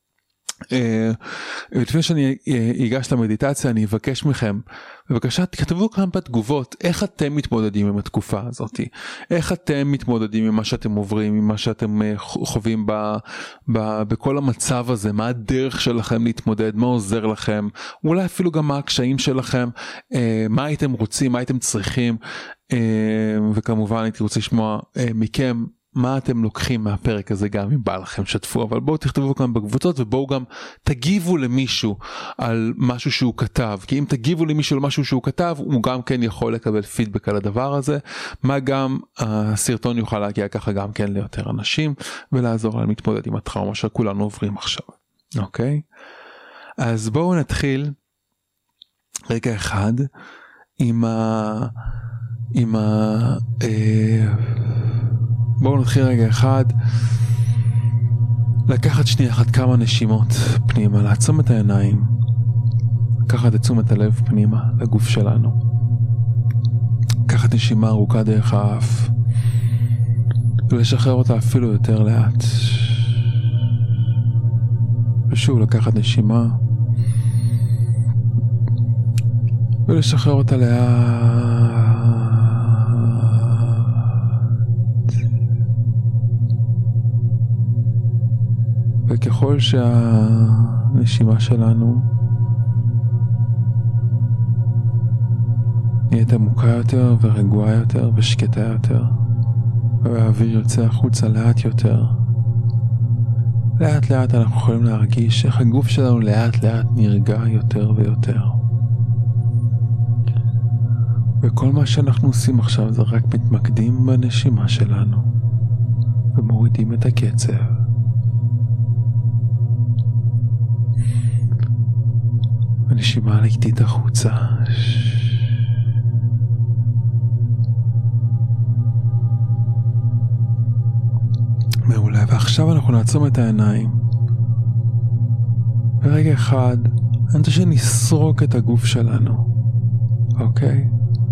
ולפני שאני אגש למדיטציה, אני אבקש מכם, בבקשה תכתבו כאן בתגובות איך אתם מתמודדים עם התקופה הזאת, איך אתם מתמודדים עם מה שאתם עוברים, עם מה שאתם חווים ב, ב, בכל המצב הזה, מה הדרך שלכם להתמודד, מה עוזר לכם, אולי אפילו גם מה הקשיים שלכם, מה הייתם רוצים, מה הייתם צריכים, וכמובן הייתי רוצה לשמוע מכם מה אתם לוקחים מהפרק הזה, גם אם בא לכם שתפו, אבל בואו תכתבו כאן בקבוצות, ובואו גם תגיבו למישהו על משהו שהוא כתב, כי אם תגיבו למישהו על משהו שהוא כתב, הוא גם כן יכול לקבל פידבק על הדבר הזה, מה גם הסרטון יוכל להגיע ככה גם כן ליותר אנשים, ולעזור להם להתמודד עם הטראומה שכולנו עוברים עכשיו. אוקיי? אז בואו נתחיל רגע אחד עם ה... עם ה... אה... בואו נתחיל רגע אחד, לקחת שנייה אחת כמה נשימות פנימה, לעצום את העיניים, לקחת את תשומת הלב פנימה לגוף שלנו, לקחת נשימה ארוכה דרך האף, ולשחרר אותה אפילו יותר לאט, ושוב לקחת נשימה, ולשחרר אותה לאט, וככל שהנשימה שלנו נהיית עמוקה יותר ורגועה יותר ושקטה יותר, והאוויר יוצא החוצה לאט יותר, לאט לאט אנחנו יכולים להרגיש איך הגוף שלנו לאט לאט נרגע יותר ויותר. וכל מה שאנחנו עושים עכשיו זה רק מתמקדים בנשימה שלנו ומורידים את הקצב. הנשימה איטית החוצה. מעולה. ועכשיו אנחנו נעצום את העיניים. ברגע אחד אני רוצה שנסרוק את הגוף שלנו, אוקיי?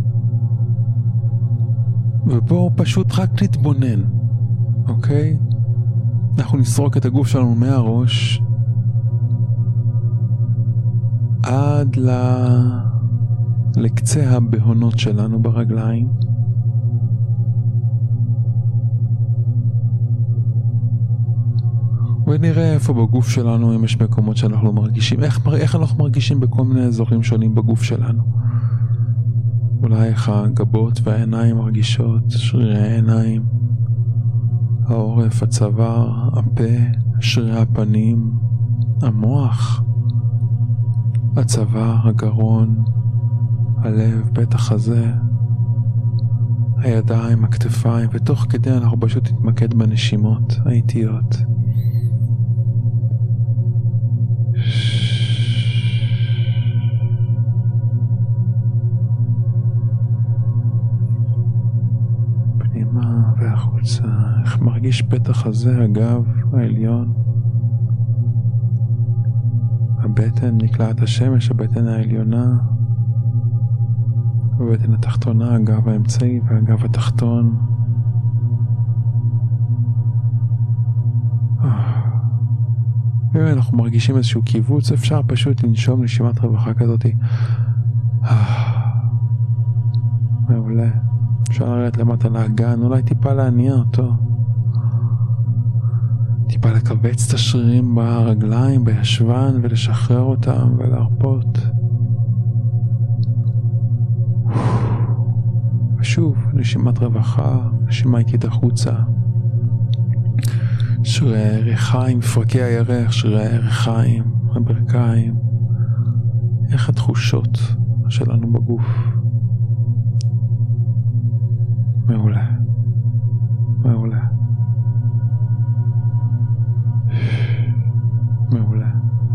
ובואו פשוט רק נתבונן, אוקיי? אנחנו נסרוק את הגוף שלנו מהראש עד ל... לקצה הבהונות שלנו ברגליים. ונראה איפה בגוף שלנו, אם יש מקומות שאנחנו מרגישים, איך, איך אנחנו מרגישים בכל מיני אזורים שונים בגוף שלנו. אולי איך הגבות והעיניים מרגישות, שרירי העיניים, העורף, הצוואר, הפה, שרירי הפנים, המוח, הצוואר, הגרון, הלב, בית החזה, הידיים, הכתפיים, ותוך כדי אנחנו פשוט נתמקד בנשימות האיטיות. פנימה והחוצה. איך מרגיש פתח הזה, הגב העליון, הבטן, נקלעת השמש, הבטן העליונה, הבטן התחתונה, הגב האמצעי והגב התחתון. ואם אנחנו מרגישים איזשהו קיבוץ, אפשר פשוט לנשום נשימת רווחה כזאת. מעולה. אפשר לרדת למטה לאגן, אולי טיפה להניע אותו. טיפה לקבץ את השרירים ברגליים, בישבן, ולשחרר אותם ולהרפות. ושוב, נשימת רווחה, נשימה איטית החוצה. שרירי הירכיים, מפרקי הירך, שרירי הירכיים, הברכיים. איך התחושות שלנו בגוף? מעולה. מעולה. מעולה.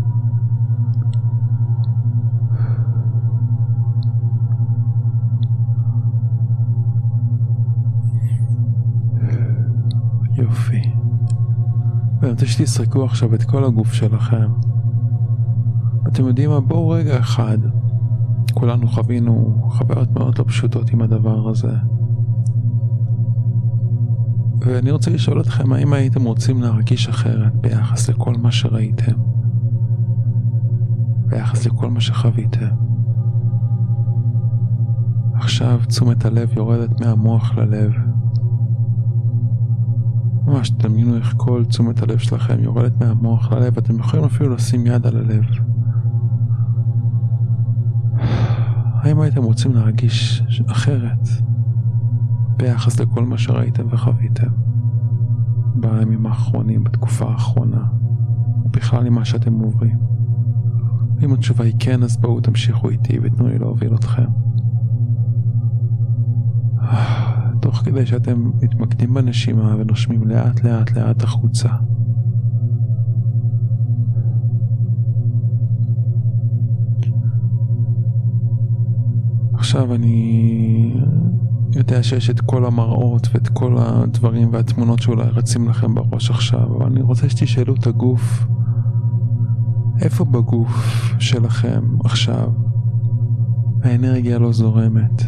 יופי. ואני רוצה שתסרקו עכשיו את כל הגוף שלכם. אתם יודעים מה? בואו רגע אחד. כולנו חווינו חוויות מאוד לא פשוטות עם הדבר הזה. ואני רוצה לשאול אתכם, האם הייתם רוצים להרגיש אחרת ביחס לכל מה שראיתם? ביחס לכל מה שחוויתם? עכשיו תשומת הלב יורדת מהמוח ללב. ממש תדמיינו איך כל תשומת הלב שלכם יורדת מהמוח ללב. אתם יכולים אפילו לשים יד על הלב. האם הייתם רוצים להרגיש אחרת ביחס לכל מה שראיתם וחוויתם בימים האחרונים, בתקופה האחרונה, ובכלל עם מה שאתם עוברים? אם התשובה היא כן, אז בואו תמשיכו איתי ותנו לי להוביל אתכם. תוך כדי שאתם מתמקדים בנשימה ונושמים לאט לאט לאט החוצה. עכשיו אני יודע שיש את כל המראות ואת כל הדברים והתמונות שאולי רצים לכם בראש עכשיו, אבל אני רוצה שתשאלו את הגוף, איפה בגוף שלכם עכשיו האנרגיה לא זורמת?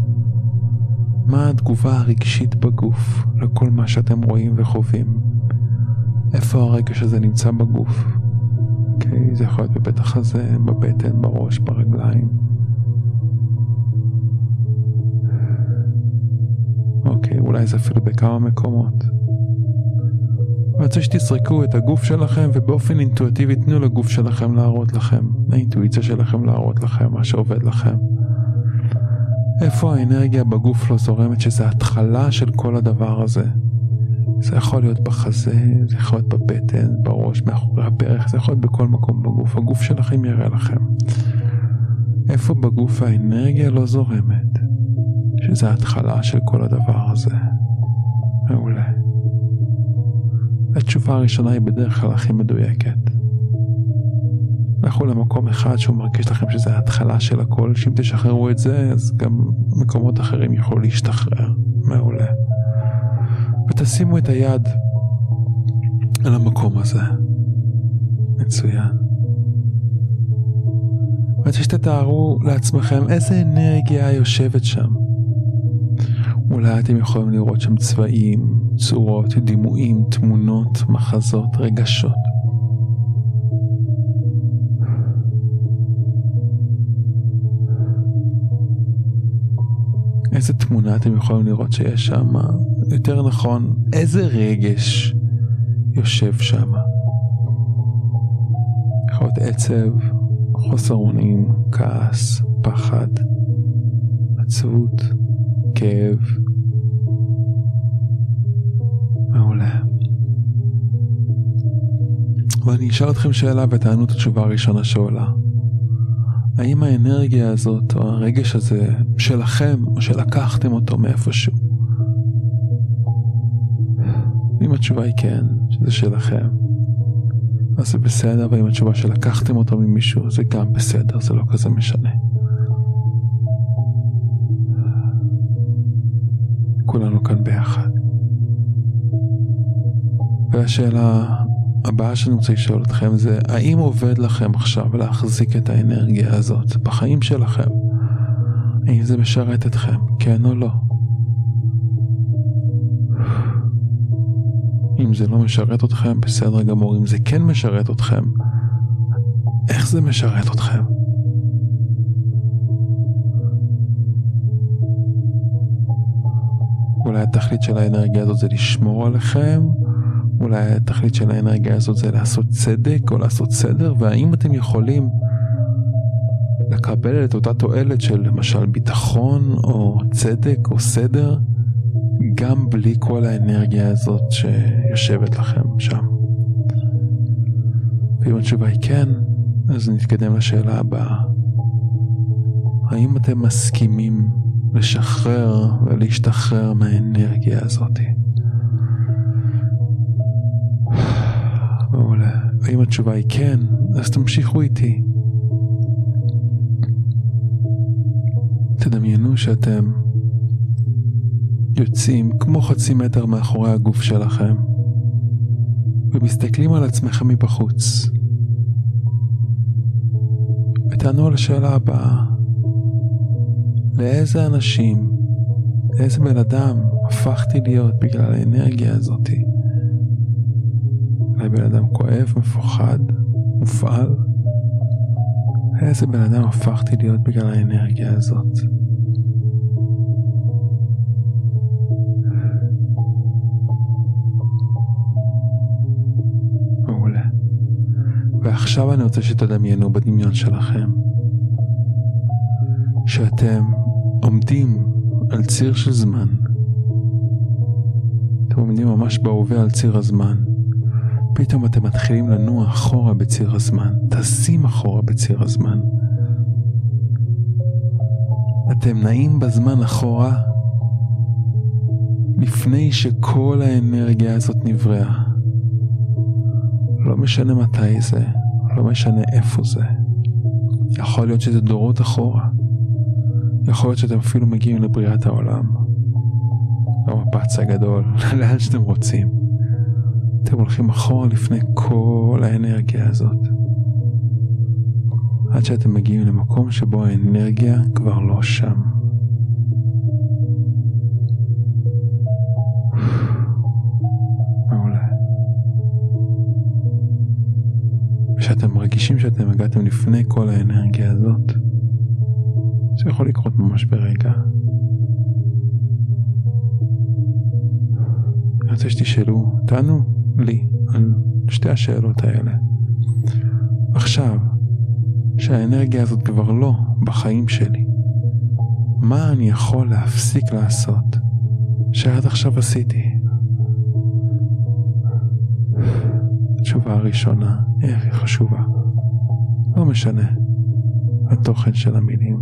מה התגובה הרגשית בגוף לכל מה שאתם רואים וחווים? איפה הרגש הזה נמצא בגוף? אוקיי, זה יכול להיות בבית החזה, בבטן, בראש, ברגליים. אוקיי, אולי זה אפילו בכמה מקומות. אני רוצה שתסרקו את הגוף שלכם, ובאופן אינטואיטיבי תנו לגוף שלכם להראות לכם, האינטואיציה שלכם להראות לכם מה שעובד לכם. איפה האנרגיה בגוף לא זורמת, שזה התחלה של כל הדבר הזה? זה יכול להיות בחזה, זה יכול להיות בבטן, בראש, מאחורי הברך, זה יכול להיות בכל מקום בגוף. הגוף שלכם יראה לכם איפה בגוף האנרגיה לא זורמת, שזה ההתחלה של כל הדבר הזה. מעולה. התשובה הראשונה היא בדרך כלל הכי מדויקת. לכו למקום אחד שהוא מרגיש לכם שזה ההתחלה של הכל, שאם תשחררו את זה, אז גם מקומות אחרים יוכלו להשתחרר. מעולה. ותשימו את היד על המקום הזה. מצוין. ואתה שתתארו לעצמכם איזה אנרגיה יושבת שם. אולי אתם יכולים לראות שם צבעים, צורות, דימויים, תמונות, מחזות, רגשות. איזה תמונה אתם יכולים לראות שיש שם? יותר נכון, איזה רגש יושב שם? יכול להיות עצב, חוסר אונים, כעס, פחד, עצבות, כאב. מעולה. ואני אשאל אתכם שאלה ותענו את התשובה הראשונה שעולה. האם האנרגיה הזאת או הרגש הזה שלכם או שלקחתם אותו מאיפשהו? אם התשובה היא כן, שזה שלכם, אז זה בסדר, ואם התשובה שלקחתם אותו ממישהו, זה גם בסדר, זה לא כזה משנה. כולנו כאן ביחד. והשאלה הבאה שאני רוצה לשאול אתכם זה, האם עובד לכם עכשיו להחזיק את האנרגיה הזאת בחיים שלכם? האם זה משרת אתכם, כן או לא? אם זה לא משרת אתכם, בסדר גמור. אם זה כן משרת אתכם, איך זה משרת אתכם? אולי התכלית של האנרגיה הזאת זה לשמור עליכם, אולי התכלית של האנרגיה הזאת זה לעשות צדק או לעשות סדר, והאם אתם יכולים לקבל את אותה תועלת של למשל ביטחון או צדק או סדר, גם בלי כל האנרגיה הזאת שיושבת לכם שם? ואם התשובה היא כן, אז נתקדם לשאלה הבאה. האם אתם מסכימים לשחרר ולהשתחרר מהאנרגיה הזאת? מעולה. ואם התשובה היא כן, אז תמשיכו איתי. תדמיינו שאתם יוצאים כמו חצי מטר מאחורי הגוף שלכם ומסתכלים על עצמכם מבחוץ, ותענו על השאלה הבאה: לאיזה אנשים, לאיזה בן אדם הפכתי להיות בגלל האנרגיה הזאת? אולי בן אדם כואב, מפוחד, מופעל? לאיזה בן אדם הפכתי להיות בגלל האנרגיה הזאת? מעולה. ועכשיו אני רוצה שתדמיינו בדמיון שלכם שאתם עומדים על ציר של זמן. אתם עומדים ממש בהווה על ציר הזמן. פתאום אתם מתחילים לנוע אחורה בציר הזמן, טסים אחורה בציר הזמן. אתם נעים בזמן אחורה לפני שכל האנרגיה הזאת נבראה. לא משנה מתי זה, לא משנה איפה זה. יכול להיות שזה דורות אחורה. יכול להיות שאתם אפילו מגיעים לבריאת העולם, למפץ הגדול, לאן שאתם רוצים. אתם הולכים אחורה לפני כל האנרגיה הזאת, עד שאתם מגיעים למקום שבו האנרגיה כבר לא שם. מעולה. ושאתם מרגישים שאתם הגעתם לפני כל האנרגיה הזאת, זה יכול לקרות ממש ברגע. אני רוצה שתשאלו, תענו לי על שתי השאלות האלה. עכשיו, שהאנרגיה הזאת כבר לא בחיים שלי, מה אני יכול להפסיק לעשות שעד עכשיו עשיתי? התשובה הראשונה היא הכי חשובה. לא משנה. התוכן של המילים.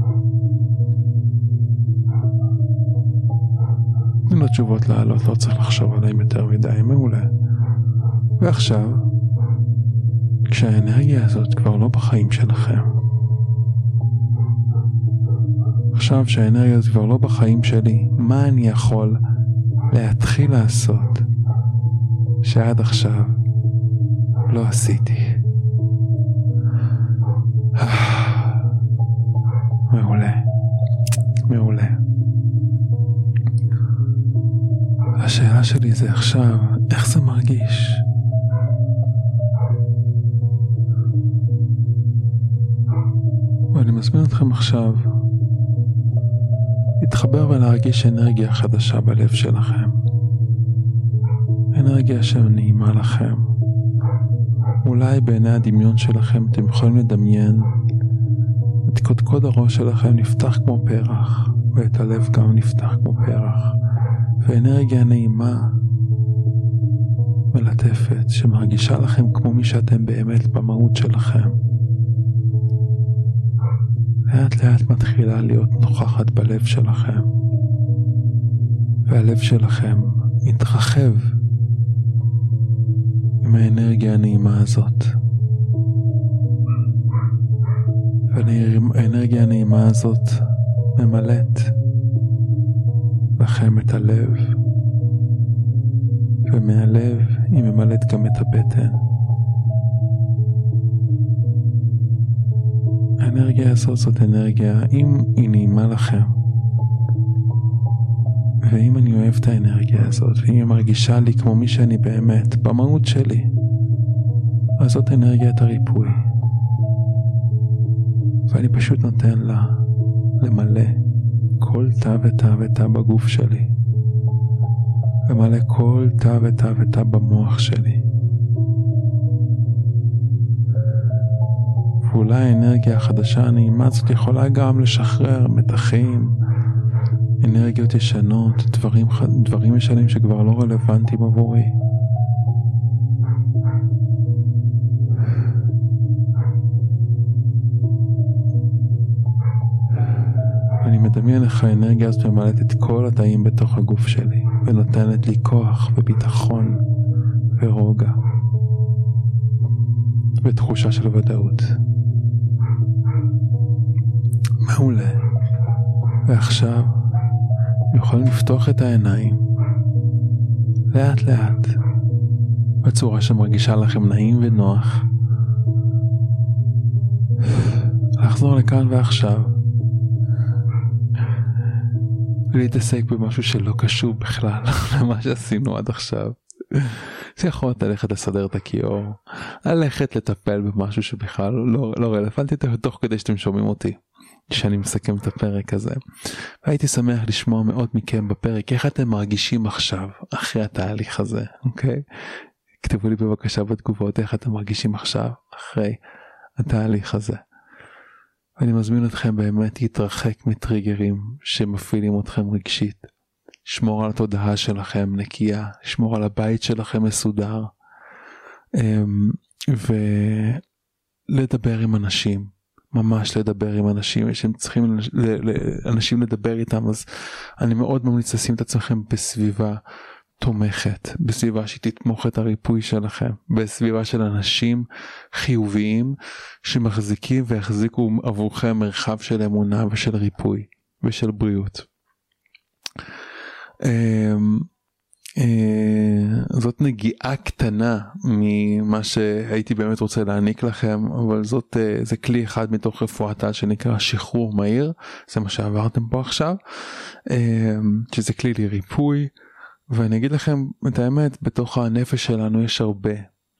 אין לו תשובות לעלות, לא צריך לחשוב עליהם יותר מדי, מעולה. ועכשיו, כשהאנרגיה הזאת כבר לא בחיים שלכם, עכשיו שהאנרגיה הזאת כבר לא בחיים שלי, מה אני יכול להתחיל לעשות שעד עכשיו לא עשיתי? מעולה, מעולה. השאלה שלי זה עכשיו, איך זה מרגיש? ואני מזמין אתכם עכשיו להתחבר ולהרגיש אנרגיה חדשה בלב שלכם. אנרגיה שנעימה לכם. אולי בעיני הדמיון שלכם אתם יכולים לדמיין את קודקוד הראש שלכם נפתח כמו פרח, ואת הלב גם נפתח כמו פרח, ואנרגיה נעימה מלטפת שמרגישה לכם כמו מי שאתם באמת במהות שלכם. לאט לאט מתחילה להיות נוכחת בלב שלכם, והלב שלכם יתרחב עם האנרגיה הנעימה הזאת. והאנרגיה הנעימה הזאת ממלאת לכם את הלב, ומהלב היא ממלאת גם את הבטן. האנרגיה הזאת זאת אנרגיה, אם היא נעימה לכם, ואם אני אוהב את האנרגיה הזאת, ואם היא מרגישה לי כמו מי שאני באמת, במהות שלי, אז זאת אנרגיית הריפוי. ואני פשוט נותן לה למלא כל תא ותא ותא בגוף שלי, למלא כל תא ותא ותא במוח שלי. ואולי האנרגיה החדשה הנעימה הזאת יכולה גם לשחרר מתחים, אנרגיות ישנות, דברים, דברים ישנים שכבר לא רלוונטיים עבורי. אני מדמיין איך האנרגיה הזאת ממלאת את כל התאים בתוך הגוף שלי, ונותנת לי כוח וביטחון ורוגע, ותחושה של ודאות. מעולה. ועכשיו יכולים לפתוח את העיניים לאט לאט בצורה שמרגישה לכם נעים ונוח, לחזור לכאן ועכשיו ולהתעסק במשהו שלא קשור בכלל למה שעשינו עד עכשיו. זה יכול ללכת לסדר את הכיור, ללכת לטפל במשהו שבכלל לא, לא רלוונטי, תוך כדי שאתם שומעים אותי שאני מסכם את הפרק הזה. והייתי שמח לשמוע מאוד מכם בפרק איך אתם מרגישים עכשיו אחרי התהליך הזה, אוקיי? כתבו לי בבקשה בתגובות איך אתם מרגישים עכשיו אחרי התהליך הזה. ואני מזמין אתכם באמת להתרחק מטריגרים שמפעילים אתכם רגשית. שמור על התודעה שלכם נקייה, שמור על הבית שלכם מסודר, ולדבר עם אנשים, ממש לדבר עם אנשים, שהם צריכים אנשים לדבר איתם, אז אני מאוד ממליץ לשים את עצמכם בסביבה תומכת, בסביבה שתתמוך את הריפוי שלכם, בסביבה של אנשים חיוביים שמחזיקים ויחזיקו עבורכם מרחב של אמונה ושל ריפוי ושל בריאות. זאת נגיעה קטנה ממה שהייתי באמת רוצה להעניק לכם, אבל זאת זה כלי אחד מתוך רפואת על שנקרא שחרור מהיר, זה מה שעברתם פה עכשיו, שזה כלי לריפוי. ואני אגיד לכם את האמת, בתוך הנפש שלנו יש הרבה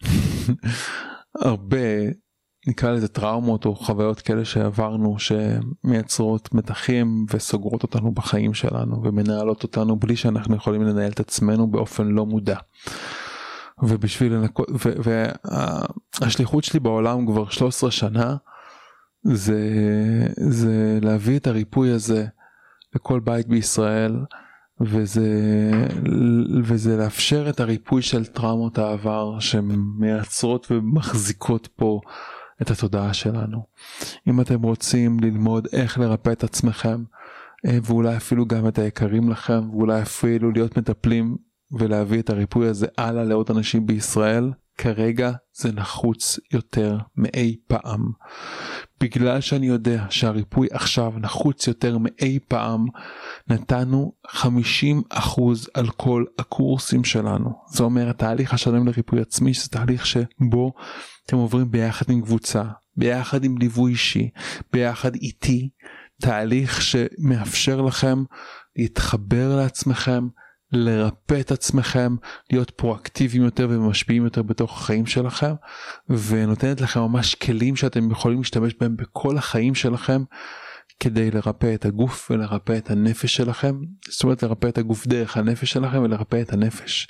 הרבה נקרא לזה טראומות או חוויות כאלה שעברנו, שמייצרות מתחים וסוגרות אותנו בחיים שלנו ומנהלות אותנו בלי שאנחנו יכולים לנהל את עצמנו באופן לא מודע. ובשביל לנקות, והשליחות שלי בעולם כבר שלוש עשרה שנה זה, זה להביא את הריפוי הזה לכל בית בישראל, וזה, וזה לאפשר את הריפוי של טראומות העבר שמייצרות ומחזיקות פה את התודעה שלנו. אם אתם רוצים ללמוד איך לרפא את עצמכם, ואולי אפילו גם את היקרים לכם, ואולי אפילו להיות מטפלים ולהביא את הריפוי הזה הלאה לעוד אנשים בישראל, כרגע זה נחוץ יותר מאי פעם. בגלל שאני יודע שהריפוי עכשיו נחוץ יותר מאי פעם, נתנו חמישים אחוז על כל הקורסים שלנו. זה אומר התהליך השלם לריפוי עצמי, זה תהליך שבו אתם עוברים ביחד עם קבוצה, ביחד עם ליווי אישי, ביחד איתי, תהליך שמאפשר לכם להתחבר לעצמכם, לרפא את עצמכם, להיות פרואקטיביים יותר ומשפיעים יותר בתוך החיים שלכם, ונותנת לכם ממש כלים שאתם יכולים להשתמש בהם בכל החיים שלכם, כדי לרפא את הגוף ולרפא את הנפש שלכם. זאת אומרת לרפא את הגוף דרך הנפש שלכם ולרפא את הנפש.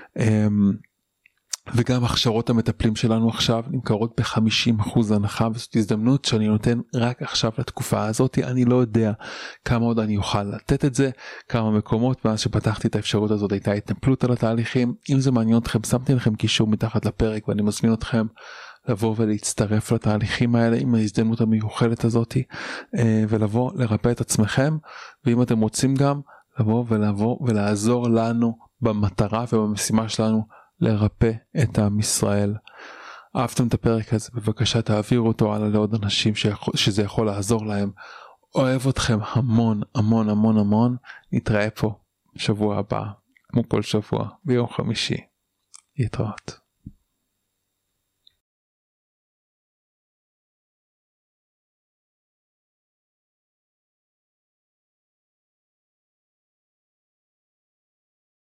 וגם הכשרות המטפלים שלנו עכשיו נמכרות ב-חמישים אחוז הנחה, וזאת הזדמנות שאני נותן רק עכשיו לתקופה הזאת. אני לא יודע כמה עוד אני אוכל לתת את זה, כמה מקומות. מאז שפתחתי את האפשרות הזאת הייתה התנפלות על התהליכים. אם זה מעניין אתכם, שמתי לכם קישור מתחת לפרק, ואני מזמין אתכם לבוא ולהצטרף לתהליכים האלה עם ההזדמנות המיוחדת הזאת, ולבוא לרפא את עצמכם. ואם אתם רוצים גם לבוא ולבוא ולעזור לנו במטרה ובמשימה שלנו לרפא את עם ישראל. אהבתם את הפרק הזה, בבקשה תעבירו אותו הלאה לעוד אנשים שיכול, שזה יכול לעזור להם. אוהב אתכם המון המון המון המון. נתראה פה שבוע הבא כמו כל שבוע ביום חמישי. להתראות.